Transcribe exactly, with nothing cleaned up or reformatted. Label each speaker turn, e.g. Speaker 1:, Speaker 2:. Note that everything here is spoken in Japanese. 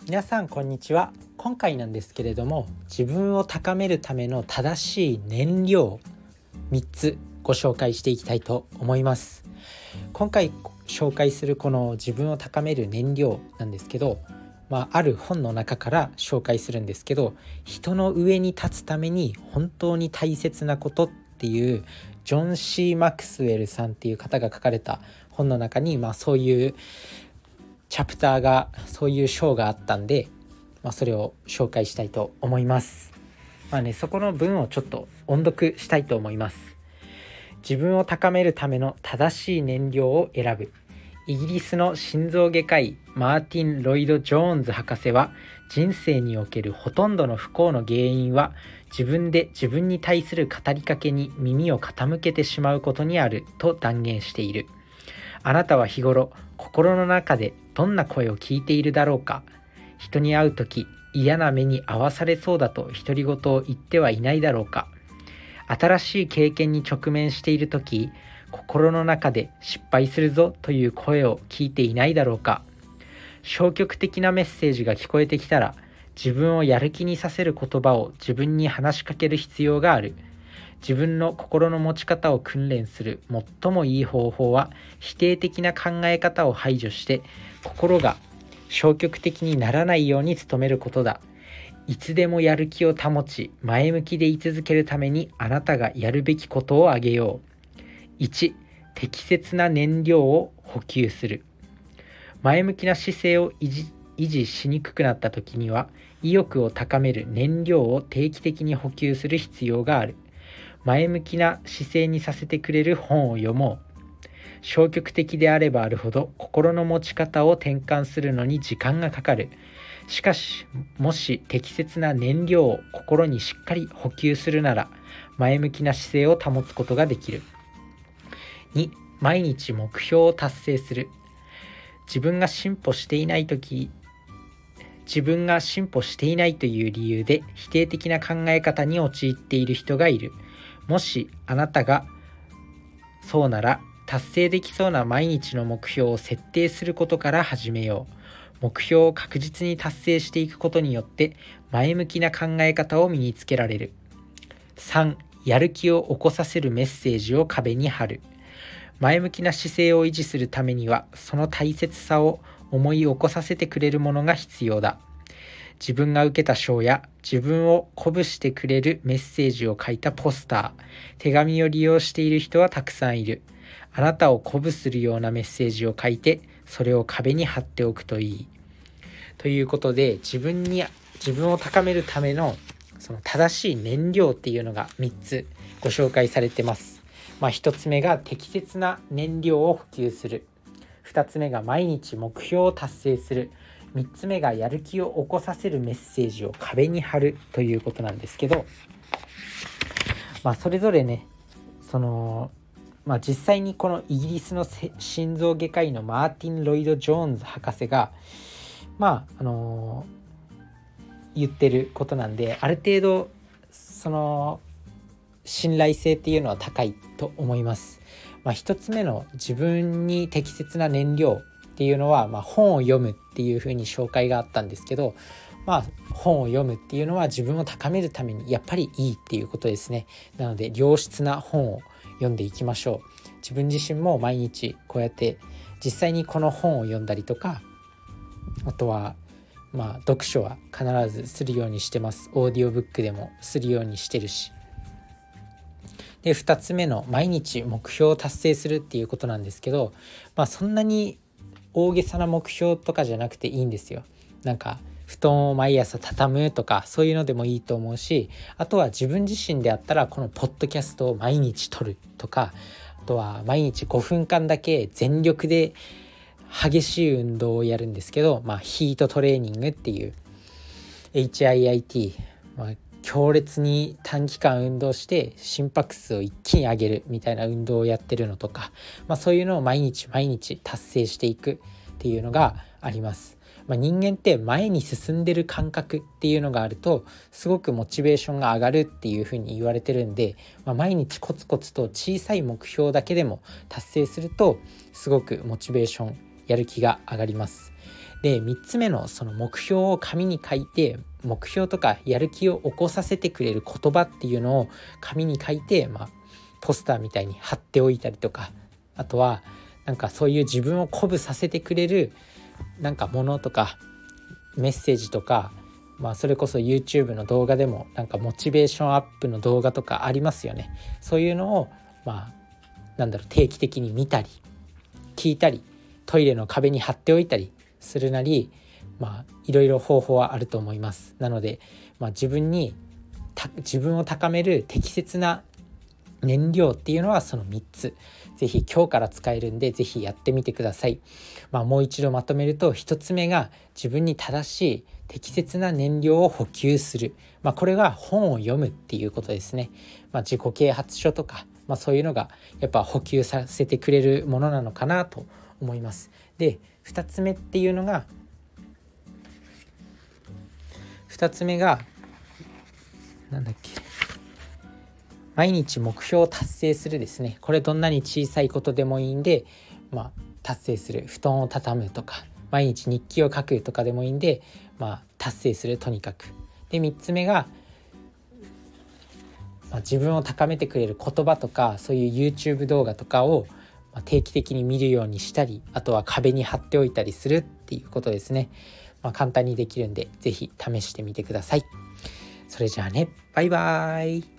Speaker 1: 皆さんこんにちは。今回なんですけれども、自分を高めるための正しい燃料みっつご紹介していきたいと思います。今回紹介するこの自分を高める燃料なんですけど、まあ、ある本の中から紹介するんですけど、人の上に立つために本当に大切なことっていうジョン・シー・マクスウェルさんっていう方が書かれた本の中に、まあ、そういうチャプターがそういう章があったんで、まあ、それを紹介したいと思います。まあね、そこの文をちょっと音読したいと思います。自分を高めるための正しい燃料を選ぶ。イギリスの心臓外科医マーティン・ロイド・ジョーンズ博士は、人生におけるほとんどの不幸の原因は自分で自分に対する語りかけに耳を傾けてしまうことにあると断言している。あなたは日頃心の中でどんな声を聞いているだろうか。人に会うとき嫌な目に遭わされそうだと独り言を言ってはいないだろうか。新しい経験に直面しているとき、心の中で失敗するぞという声を聞いていないだろうか。消極的なメッセージが聞こえてきたら、自分をやる気にさせる言葉を自分に話しかける必要がある。自分の心の持ち方を訓練する最もいい方法は、否定的な考え方を排除して心が消極的にならないように努めることだ。いつでもやる気を保ち、前向きでい続けるためにあなたがやるべきことを挙げよう。いち、適切な燃料を補給する。前向きな姿勢を維持、維持しにくくなった時には、意欲を高める燃料を定期的に補給する必要がある。前向きな姿勢にさせてくれる本を読もう。消極的であればあるほど心の持ち方を転換するのに時間がかかる。しかし、もし適切な燃料を心にしっかり補給するなら、前向きな姿勢を保つことができる。に、毎日目標を達成する。自分が進歩していないとき、自分が進歩していないという理由で否定的な考え方に陥っている人がいる。もしあなたがそうなら、達成できそうな毎日の目標を設定することから始めよう。目標を確実に達成していくことによって前向きな考え方を身につけられる。さん、やる気を起こさせるメッセージを壁に貼る。前向きな姿勢を維持するためには、その大切さを思い起こさせてくれるものが必要だ。自分が受けた賞や自分を鼓舞してくれるメッセージを書いたポスター、手紙を利用している人はたくさんいる。あなたを鼓舞するようなメッセージを書いて、それを壁に貼っておくといい。ということで、自分に自分を高めるためのその正しい燃料っていうのがみっつご紹介されてます。まあ、ひとつめが適切な燃料を補給する。ふたつめが毎日目標を達成する。みっつめがやる気を起こさせるメッセージを壁に貼るということなんですけど、まあ、それぞれね、そのまあ、実際にこのイギリスの心臓外科医のマーティン・ロイド・ジョーンズ博士が、まああのー、言ってることなんで、ある程度その信頼性っていうのは高いと思います。まあ、ひとつめの自分に適切な燃料っていうのは、まあ、本を読むっていうふうに紹介があったんですけど、まあ、本を読むっていうのは自分を高めるためにやっぱりいいっていうことですね。なので良質な本を読んでいきましょう。自分自身も毎日こうやって実際にこの本を読んだりとか、あとはまあ読書は必ずするようにしてます。オーディオブックでもするようにしてるし。で、ふたつめの毎日目標を達成するっていうことなんですけど、まあそんなに大げさな目標とかじゃなくていいんですよ。なんか布団を毎朝畳むとか、そういうのでもいいと思うし、あとは自分自身であったらこのポッドキャストを毎日撮るとか、あとは毎日ごふんかんだけ全力で激しい運動をやるんですけど、まあ、ヒートトレーニングっていう エイチアイアイティー、まあ、強烈に短期間運動して心拍数を一気に上げるみたいな運動をやってるのとか、まあ、そういうのを毎日毎日達成していくっていうのがあります。まあ、人間って前に進んでる感覚っていうのがあるとすごくモチベーションが上がるっていうふうに言われてるんで、まあ、毎日コツコツと小さい目標だけでも達成するとすごくモチベーション、やる気が上がります。 でみっつめのその目標を紙に書いて、目標とかやる気を起こさせてくれる言葉っていうのを紙に書いて、まあ、ポスターみたいに貼っておいたりとか、あとはなんかそういう自分を鼓舞させてくれるなんかものとかメッセージとか、まあ、それこそ YouTube の動画でもなんかモチベーションアップの動画とかありますよね。そういうのをまあなんだろう定期的に見たり聞いたり、トイレの壁に貼っておいたりするなり、まあいろいろ方法はあると思います。なので、まあ、自分にた自分を高める適切な燃料っていうのはそのみっつ、ぜひ今日から使えるんでぜひやってみてください。まあ、もう一度まとめると、ひとつめが自分に正しい適切な燃料を補給する、まあ、これが本を読むっていうことですね。まあ、自己啓発書とか、まあ、そういうのがやっぱ補給させてくれるものなのかなと思います。でふたつめっていうのがふたつめがなんだっけ毎日目標を達成するですね。これどんなに小さいことでもいいんで、まあ、達成する。布団を畳むとか毎日日記を書くとかでもいいんで、まあ、達成する、とにかく。でみっつめが、まあ、自分を高めてくれる言葉とかそういう YouTube 動画とかを定期的に見るようにしたり、あとは壁に貼っておいたりするっていうことですね。まあ、簡単にできるんでぜひ試してみてください。それじゃあね、バイバーイ。